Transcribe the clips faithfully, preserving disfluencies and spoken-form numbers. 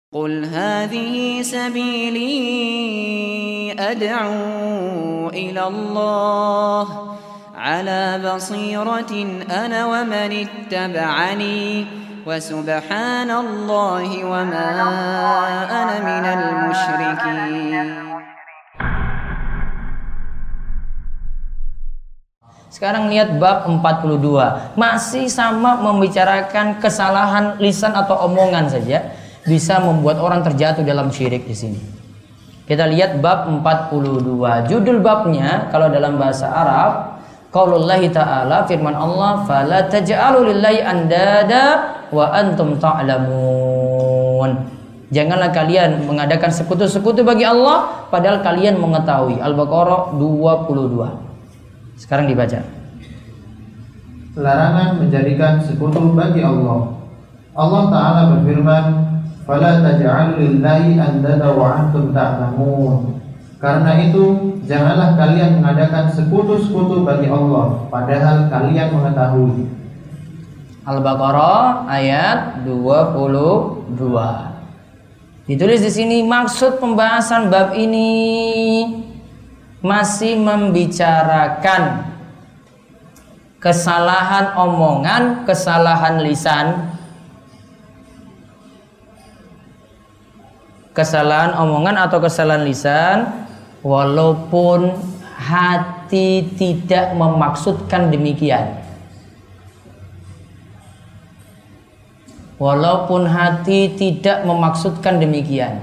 قل هذه سبيلي أدعو إلى الله على بصيرة أنا ومن اتبعني وسبحان الله وما أنا من المشركين. Sekarang lihat bab empat puluh dua. Masih sama membicarakan kesalahan lisan atau omongan saja bisa membuat orang terjatuh dalam syirik di sini. Kita lihat bab empat puluh dua. Judul babnya kalau dalam bahasa Arab, qaulullahi ta'ala, firman Allah, fala taj'alu lillahi andada wa antum ta'lamun. Janganlah kalian mengadakan sekutu-sekutu bagi Allah padahal kalian mengetahui. Al-Baqarah dua puluh dua. Sekarang dibaca. Larangan menjadikan sekutu bagi Allah. Allah Ta'ala berfirman, fala taj'alu lillahi andada wa antum ta'lamun. Karena itu janganlah kalian mengadakan sekutu-sekutu bagi Allah padahal kalian mengetahui. Al-Baqarah ayat dua puluh dua. Ditulis di sini maksud pembahasan bab ini masih membicarakan kesalahan omongan, kesalahan lisan. Kesalahan omongan atau kesalahan lisan walaupun hati tidak memaksudkan demikian. Walaupun hati tidak memaksudkan demikian.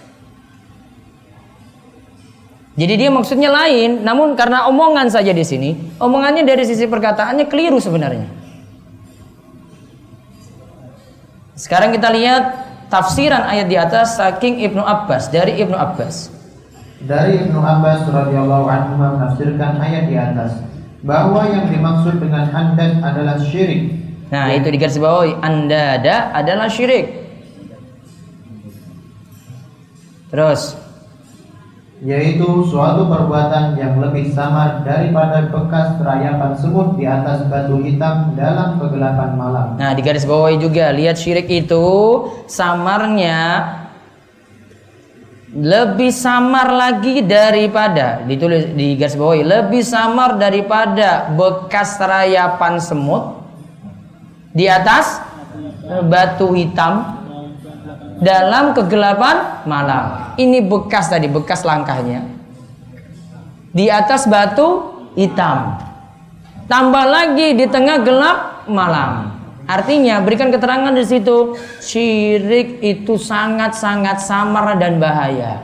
Jadi dia maksudnya lain, namun karena omongan saja di sini, omongannya dari sisi perkataannya keliru sebenarnya. Sekarang kita lihat tafsiran ayat di atas saking Ibnu Abbas, dari Ibnu Abbas. Dari Ibnu Abbas radhiyallahu anhu menafsirkan ayat di atas bahwa yang dimaksud dengan andad adalah syirik. Nah, ya. Itu digarisbawahi, andada adalah syirik. Terus yaitu suatu perbuatan yang lebih samar daripada bekas terayapan semut di atas batu hitam dalam kegelapan malam. Nah, di garis bawahi juga, lihat syirik itu samarnya lebih samar lagi daripada, ditulis di garis bawahi, lebih samar daripada bekas terayapan semut di atas batu hitam dalam kegelapan malam. Ini bekas tadi, bekas langkahnya di atas batu hitam. Tambah lagi di tengah gelap malam. Artinya berikan keterangan di situ, syirik itu sangat-sangat samar dan bahaya.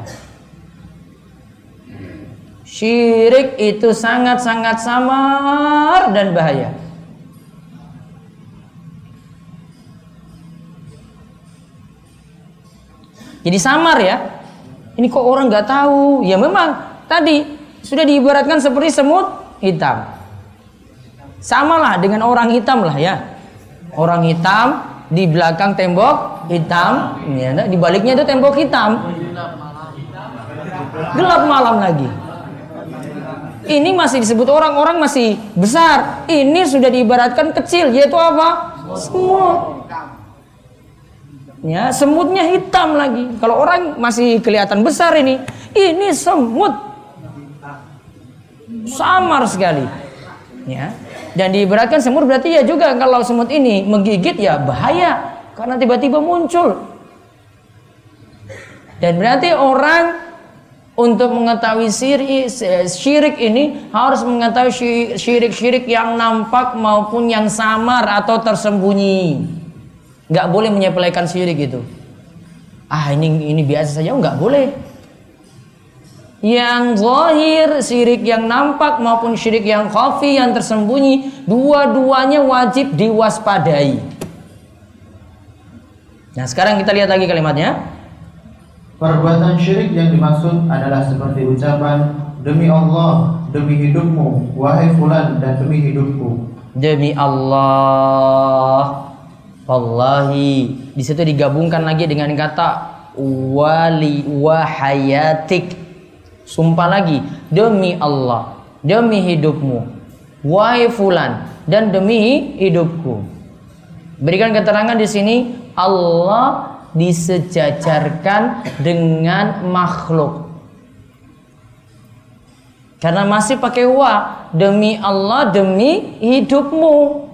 Syirik itu sangat-sangat samar dan bahaya. Jadi samar ya. Ini kok orang nggak tahu? Ya memang tadi sudah diibaratkan seperti semut hitam. Samalah dengan orang hitam lah ya. Orang hitam di belakang tembok hitam, ya, di baliknya itu tembok hitam. Gelap malam lagi. Ini masih disebut orang-orang masih besar. Ini sudah diibaratkan kecil, yaitu apa? Semut. Ya, semutnya hitam lagi. Kalau orang masih kelihatan besar ini, ini semut samar sekali. Ya. Dan diibaratkan semut berarti ya juga kalau semut ini menggigit ya bahaya karena tiba-tiba muncul. Dan berarti orang untuk mengetahui syirik, syirik ini harus mengetahui syirik-syirik yang nampak maupun yang samar atau tersembunyi. Nggak boleh menyepelekan syirik itu. Ah ini ini biasa saja, nggak boleh. Yang zahir, syirik yang nampak maupun syirik yang khafi, yang tersembunyi, dua-duanya wajib diwaspadai. Nah sekarang kita lihat lagi kalimatnya. Perbuatan syirik yang dimaksud adalah seperti ucapan demi Allah, demi hidupmu, wahai fulan, dan demi hidupku. Demi Allah, wallahi. Di situ digabungkan lagi dengan kata wali wahayatik. Sumpah lagi, demi Allah, demi hidupmu, wahai fulan, dan demi hidupku. Berikan keterangan di sini Allah disejajarkan dengan makhluk. Karena masih pakai wa, demi Allah, demi hidupmu.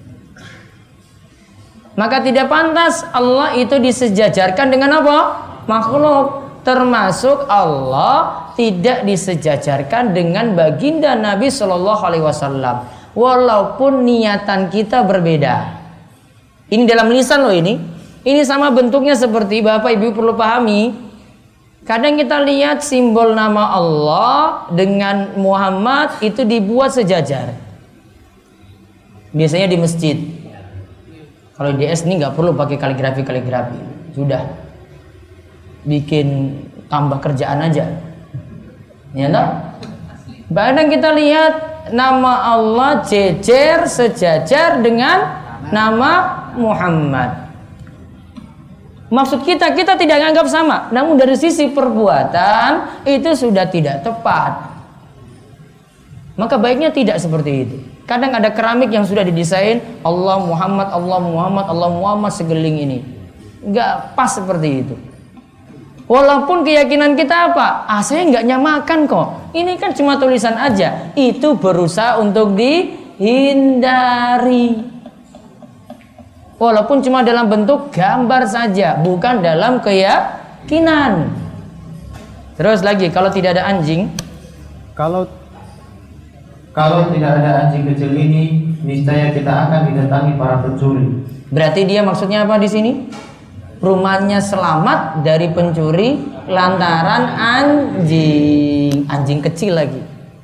Maka tidak pantas Allah itu disejajarkan dengan apa? Makhluk. Termasuk Allah tidak disejajarkan dengan baginda Nabi Shallallahu Alaihi Wasallam. Walaupun niatan kita berbeda. Ini dalam lisan loh ini. Ini sama bentuknya seperti Bapak Ibu perlu pahami. Kadang kita lihat simbol nama Allah dengan Muhammad itu dibuat sejajar. Biasanya di masjid. Kalau di D S ini nggak perlu pakai kaligrafi-kaligrafi. Sudah. Bikin tambah kerjaan aja. Ya tak? Kadang kita lihat nama Allah jejer sejajar dengan nama Muhammad. Maksud kita, kita tidak menganggap sama. Namun dari sisi perbuatan itu sudah tidak tepat. Maka baiknya tidak seperti itu. Kadang ada keramik yang sudah didesain Allah Muhammad, Allah Muhammad, Allah Muhammad segeling ini. Enggak pas seperti itu. Walaupun keyakinan kita apa? Ah, saya enggak nyamakan kok. Ini kan cuma tulisan aja. Itu berusaha untuk dihindari. Walaupun cuma dalam bentuk gambar saja, bukan dalam keyakinan. Terus lagi, kalau tidak ada anjing, kalau kalau tidak ada anjing kecil ini, niscaya kita akan didatangi para pencuri. Berarti dia maksudnya apa di sini? Rumahnya selamat dari pencuri lantaran anjing, anjing kecil lagi.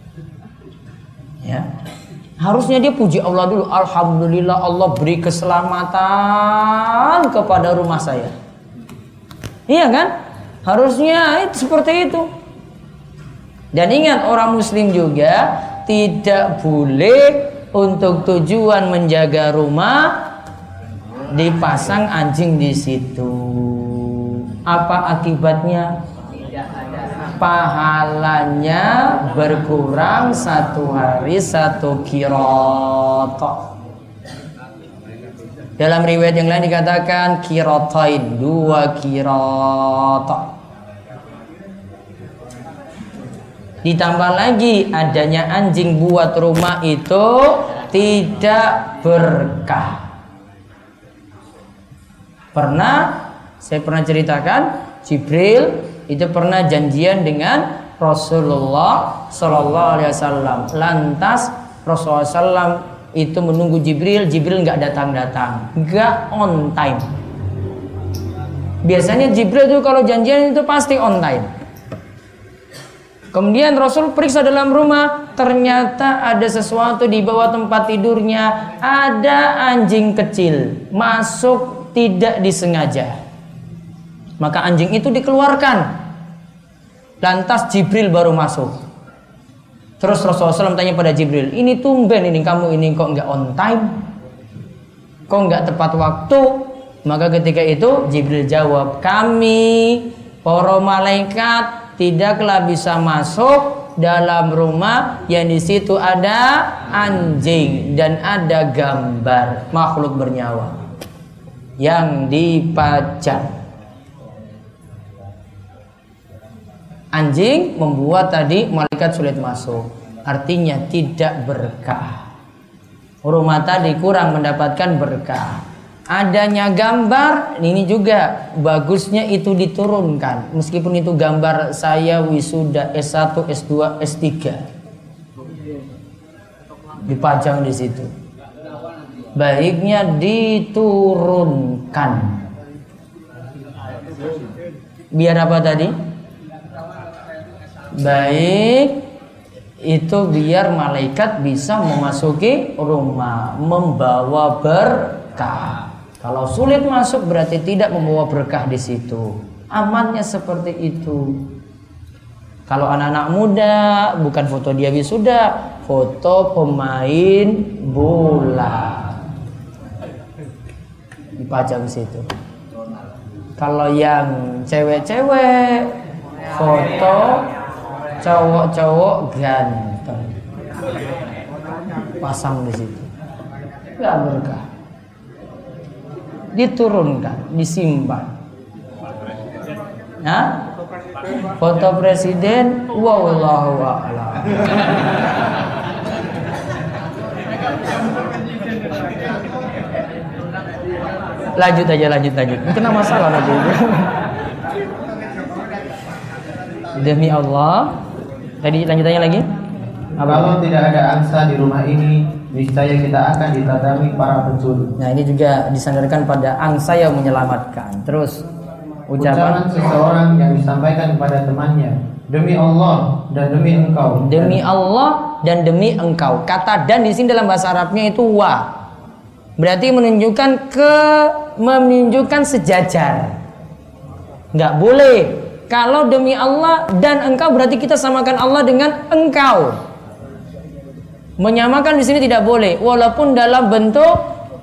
Ya. Harusnya dia puji Allah dulu. Alhamdulillah Allah beri keselamatan kepada rumah saya. Iya kan? Harusnya itu seperti itu. Dan ingat, orang muslim juga tidak boleh untuk tujuan menjaga rumah dipasang anjing di situ. Apa akibatnya? Pahalanya berkurang satu hari satu kirot. Dalam riwayat yang lain dikatakan kirotain, dua kirot. Ditambah lagi adanya anjing buat rumah itu tidak berkah. Pernah saya pernah ceritakan, Jibril itu pernah janjian dengan Rasulullah Sallallahu Alaihi Wasallam. Lantas Rasulullah Sallallahu Alaihi Wasallam itu menunggu Jibril. Jibril nggak datang-datang, nggak on time. Biasanya Jibril itu kalau janjian itu pasti on time. Kemudian Rasul periksa dalam rumah, ternyata ada sesuatu di bawah tempat tidurnya. Ada anjing kecil masuk tidak disengaja. Maka anjing itu dikeluarkan. Lantas Jibril baru masuk. Terus Rasulullah shallallahu alaihi wasallam tanya pada Jibril, ini tumben ini kamu ini kok nggak on time, kok nggak tepat waktu. Maka ketika itu Jibril jawab, kami para malaikat tidaklah bisa masuk dalam rumah yang di situ ada anjing dan ada gambar makhluk bernyawa yang dipajang. Anjing membuat tadi malaikat sulit masuk. Artinya tidak berkah. Rumah tadi kurang mendapatkan berkah. Adanya gambar, ini juga bagusnya itu diturunkan. Meskipun itu gambar saya wisuda S satu, S dua, S tiga. Dipajang di situ. Baiknya diturunkan. Biar apa tadi? Baik itu biar malaikat bisa memasuki rumah, membawa berkah. Kalau sulit masuk berarti tidak membawa berkah di situ. Amannya seperti itu. Kalau anak-anak muda bukan foto dia wisuda, foto pemain bola dipajang di situ. Kalau yang cewek-cewek foto cowok-cowok ganteng pasang di situ, nggak berkah. Diturunkan, disimpan. Hah? Foto presiden, wallahu a'lam. Lanjut aja, lanjut, lanjut. Kena masalah lagi. Demi Allah. Tadi lanjutannya lagi. Kalau tidak ada angsa di rumah ini, niscaya kita akan ditatami para pencuri. Nah, ini juga disandarkan pada angsa yang menyelamatkan. Terus ucapan, ucapan seseorang yang disampaikan kepada temannya, demi Allah dan demi engkau. Demi Allah dan demi engkau. Kata dan di sini dalam bahasa Arabnya itu wa. Berarti menunjukkan ke menunjukkan sejajar. Enggak boleh. Kalau demi Allah dan engkau berarti kita samakan Allah dengan engkau. Menyamakan di sini tidak boleh, walaupun dalam bentuk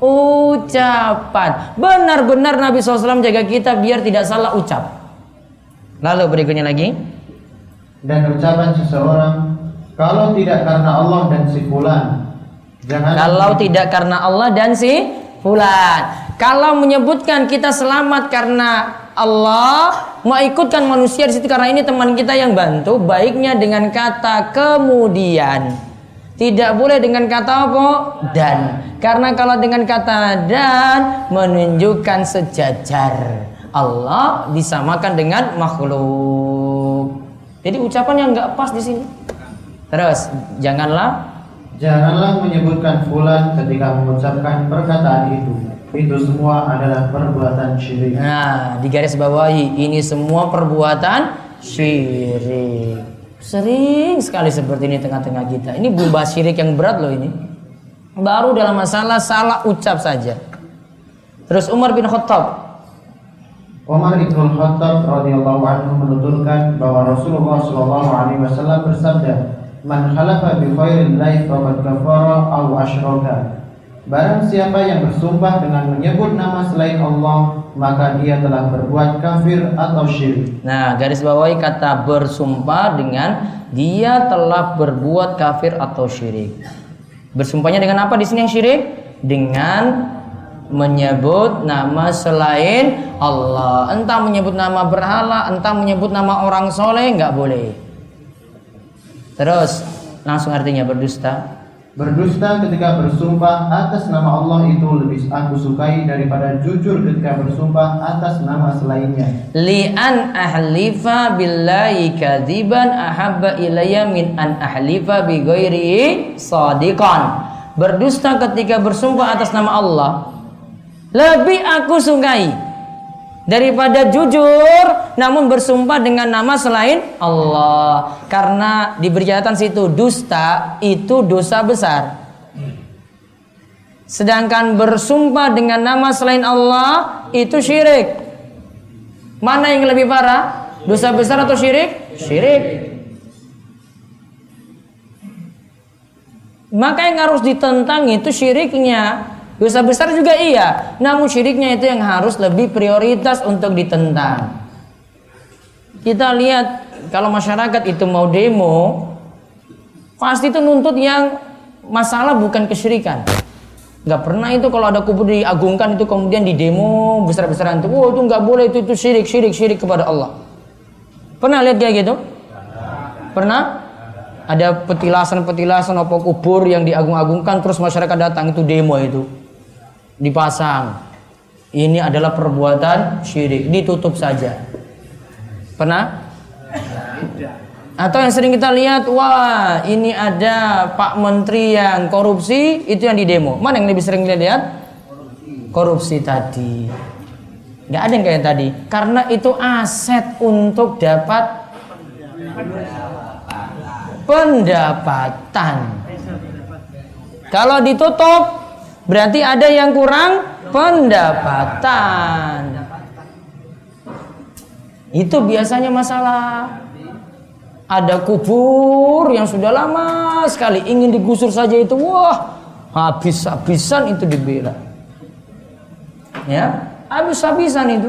ucapan. Benar-benar Nabi shallallahu alaihi wasallam jaga kita biar tidak salah ucap. Lalu berikutnya lagi. Dan ucapan seseorang, kalau tidak karena Allah dan si fulan. Jangan Kalau tidak karena Allah dan si fulan. Kalau menyebutkan kita selamat karena Allah, mau ikutkan manusia di situ karena ini teman kita yang bantu, baiknya dengan kata kemudian. Tidak boleh dengan kata apa? Dan. Karena kalau dengan kata dan menunjukkan sejajar. Allah disamakan dengan makhluk. Jadi ucapan yang nggak pas di sini. Terus janganlah Janganlah menyebutkan fulan ketika mengucapkan perkataan itu. Itu semua adalah perbuatan syirik. Nah, di garis bawahi ini semua perbuatan syirik. Sering sekali seperti ini tengah-tengah kita. Ini belum bahas syirik yang berat loh ini. Baru dalam masalah salah ucap saja. Terus Umar bin Khattab. Umar bin Khattab radhiyallahu anhu menuturkan bahwa Rasulullah shallallahu alaihi wasallam bersabda, "Man khalafa bi khairillahi faqad kafara aw asyraka." Barang siapa yang bersumpah dengan menyebut nama selain Allah, maka dia telah berbuat kafir atau syirik. Nah, garis bawahi kata bersumpah dengan dia telah berbuat kafir atau syirik. Bersumpahnya dengan apa di sini yang syirik? Dengan menyebut nama selain Allah. Entah menyebut nama berhala, entah menyebut nama orang soleh, nggak boleh. Terus langsung artinya berdusta. Berdusta ketika bersumpah atas nama Allah itu lebih aku sukai daripada jujur ketika bersumpah atas nama selainnya. Li'an ahlifa billahi kadziban ahabba ilayya min an ahlifa bi ghairi shadiqan. Berdusta ketika bersumpah atas nama Allah lebih aku sukai daripada jujur namun bersumpah dengan nama selain Allah. Karena diberi catatan situ dusta itu dosa besar. Sedangkan bersumpah dengan nama selain Allah itu syirik. Mana yang lebih parah? Dosa besar atau syirik? Syirik. Maka yang harus ditentang itu syiriknya. Dosa besar juga iya, namun syiriknya itu yang harus lebih prioritas untuk ditentang. Kita lihat kalau masyarakat itu mau demo, pasti itu nuntut yang masalah bukan kesyirikan. Gak pernah itu kalau ada kubur diagungkan itu kemudian di demo besar-besaran itu, oh itu nggak boleh, itu itu syirik, syirik, syirik kepada Allah. Pernah lihat kayak gitu? Pernah? Ada petilasan-petilasan apa kubur yang diagung-agungkan terus masyarakat datang itu demo itu. Dipasang, ini adalah perbuatan syirik, ditutup saja. Pernah? Atau yang sering kita lihat, wah ini ada Pak Menteri yang korupsi, itu yang didemo. Mana yang lebih sering kita lihat? Korupsi tadi. Gak ada yang kayak tadi, karena itu aset untuk dapat pendapatan. Kalau ditutup berarti ada yang kurang pendapatan. Itu biasanya masalah. Ada kubur yang sudah lama sekali ingin digusur saja itu, wah habis-habisan itu dibela. Ya, habis-habisan itu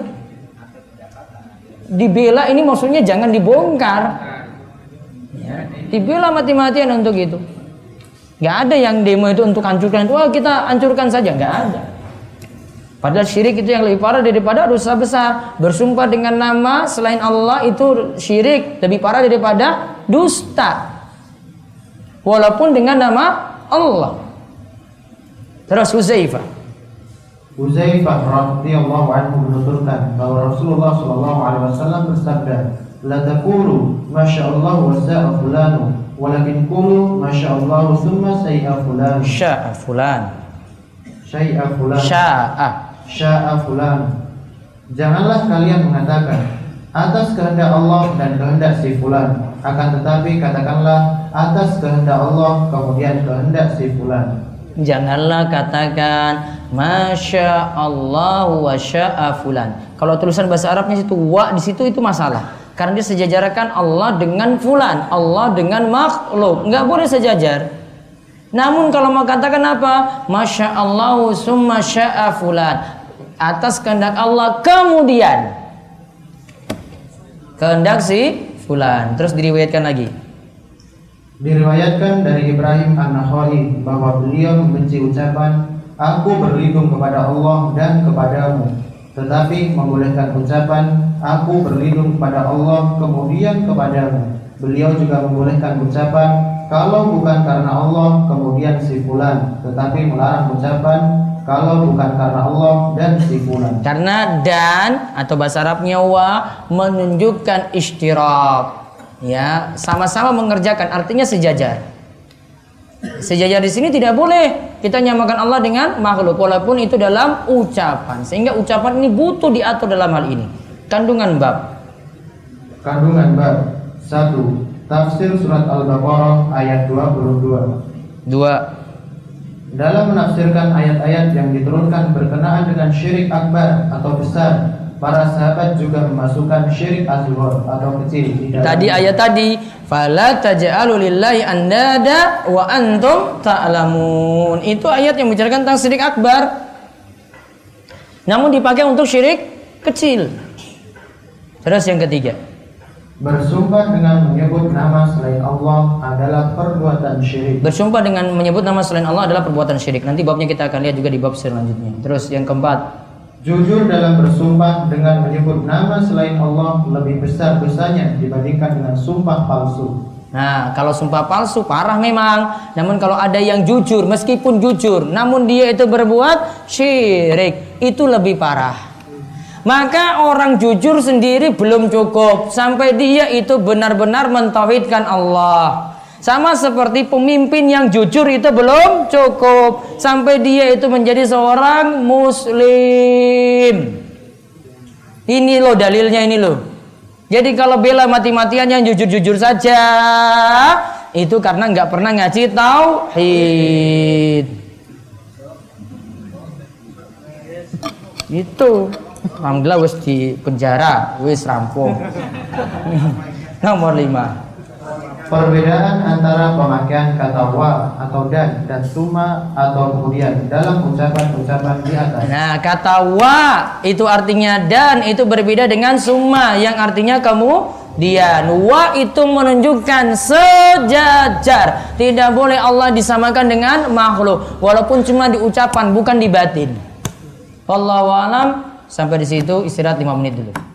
dibela. Ini maksudnya jangan dibongkar. Ya, dibela mati-matian untuk itu. Gak ada yang demo itu untuk hancurkan. Wah kita hancurkan saja, gak ada. Padahal syirik itu yang lebih parah daripada dosa besar. Bersumpah dengan nama selain Allah itu syirik, lebih parah daripada dusta. Walaupun dengan nama Allah. Terus Huzaifah. Huzaifah radhiyallahu anhu menuturkan bahwa Rasulullah sallallahu alaihi wasallam bersabda, "La taqulu masyaallah wa sa'a fulanu, walakin qulu masyaallah tsumma sayya fulan." Sya'a fulan. Syai'a fulan. Sya'a. Sya'a fulan. Janganlah kalian mengatakan atas kehendak Allah dan kehendak si fulan, akan tetapi katakanlah atas kehendak Allah kemudian kehendak si fulan. Janganlah katakan Masya Allah wa sya'a fulan. Kalau tulisan bahasa Arabnya situ wa di situ itu masalah. Karena dia sejajarkan Allah dengan fulan, Allah dengan makhluk. Enggak boleh sejajar. Namun kalau mau katakan apa? Masya Allah summa sya'a fulan. Atas kehendak Allah kemudian kehendak si fulan. Terus diriwayatkan lagi. Diriwayatkan dari Ibrahim An-Nakhai bahwa beliau membenci ucapan aku berlindung kepada Allah dan kepadamu, tetapi membolehkan ucapan aku berlindung kepada Allah kemudian kepadamu. Beliau juga membolehkan ucapan kalau bukan karena Allah kemudian si fulan, tetapi melarang ucapan kalau bukan karena Allah dan si fulan. Karena dan atau bahasa Arabnya wa menunjukkan istirak. Ya, sama-sama mengerjakan, artinya sejajar. Sejajar di sini tidak boleh kita nyamakan Allah dengan makhluk walaupun itu dalam ucapan. Sehingga ucapan ini butuh diatur dalam hal ini. Kandungan bab. Kandungan bab satu. Tafsir surat Al-Baqarah ayat dua puluh dua. Dua. Dalam menafsirkan ayat-ayat yang diturunkan berkenaan dengan syirik akbar atau besar, para sahabat juga memasukkan syirik asghar atau kecil. Tadi ayat tadi, fala taj'alu lillahi andada wa antum ta'lamun. Itu ayat yang membicarakan tentang syirik akbar. Namun dipakai untuk syirik kecil. Terus yang ketiga, bersumpah dengan menyebut nama selain Allah adalah perbuatan syirik. Bersumpah dengan menyebut nama selain Allah adalah perbuatan syirik. Nanti babnya kita akan lihat juga di bab selanjutnya. Terus yang keempat, jujur dalam bersumpah dengan menyebut nama selain Allah lebih besar dosanya dibandingkan dengan sumpah palsu. Nah, kalau sumpah palsu parah memang. Namun kalau ada yang jujur, meskipun jujur, namun dia itu berbuat syirik, itu lebih parah. Maka orang jujur sendiri belum cukup sampai dia itu benar-benar mentauhidkan Allah. Sama seperti pemimpin yang jujur itu belum cukup sampai dia itu menjadi seorang muslim. Ini loh dalilnya ini loh. Jadi kalau bela mati-matian yang jujur-jujur saja itu karena nggak pernah ngaji tauhid. Itu alhamdulillah wis di penjara, wis rampung. Nomor lima. Perbedaan antara pemakaian kata wa atau dan dan summa atau kemudian dalam ucapan-ucapan di atas. Nah, kata wa itu artinya dan, itu berbeda dengan summa yang artinya kemudian. Wa itu menunjukkan sejajar. Tidak boleh Allah disamakan dengan makhluk walaupun cuma di ucapan bukan di batin. Wallahu a'lam. Sampai di situ istirahat lima menit dulu.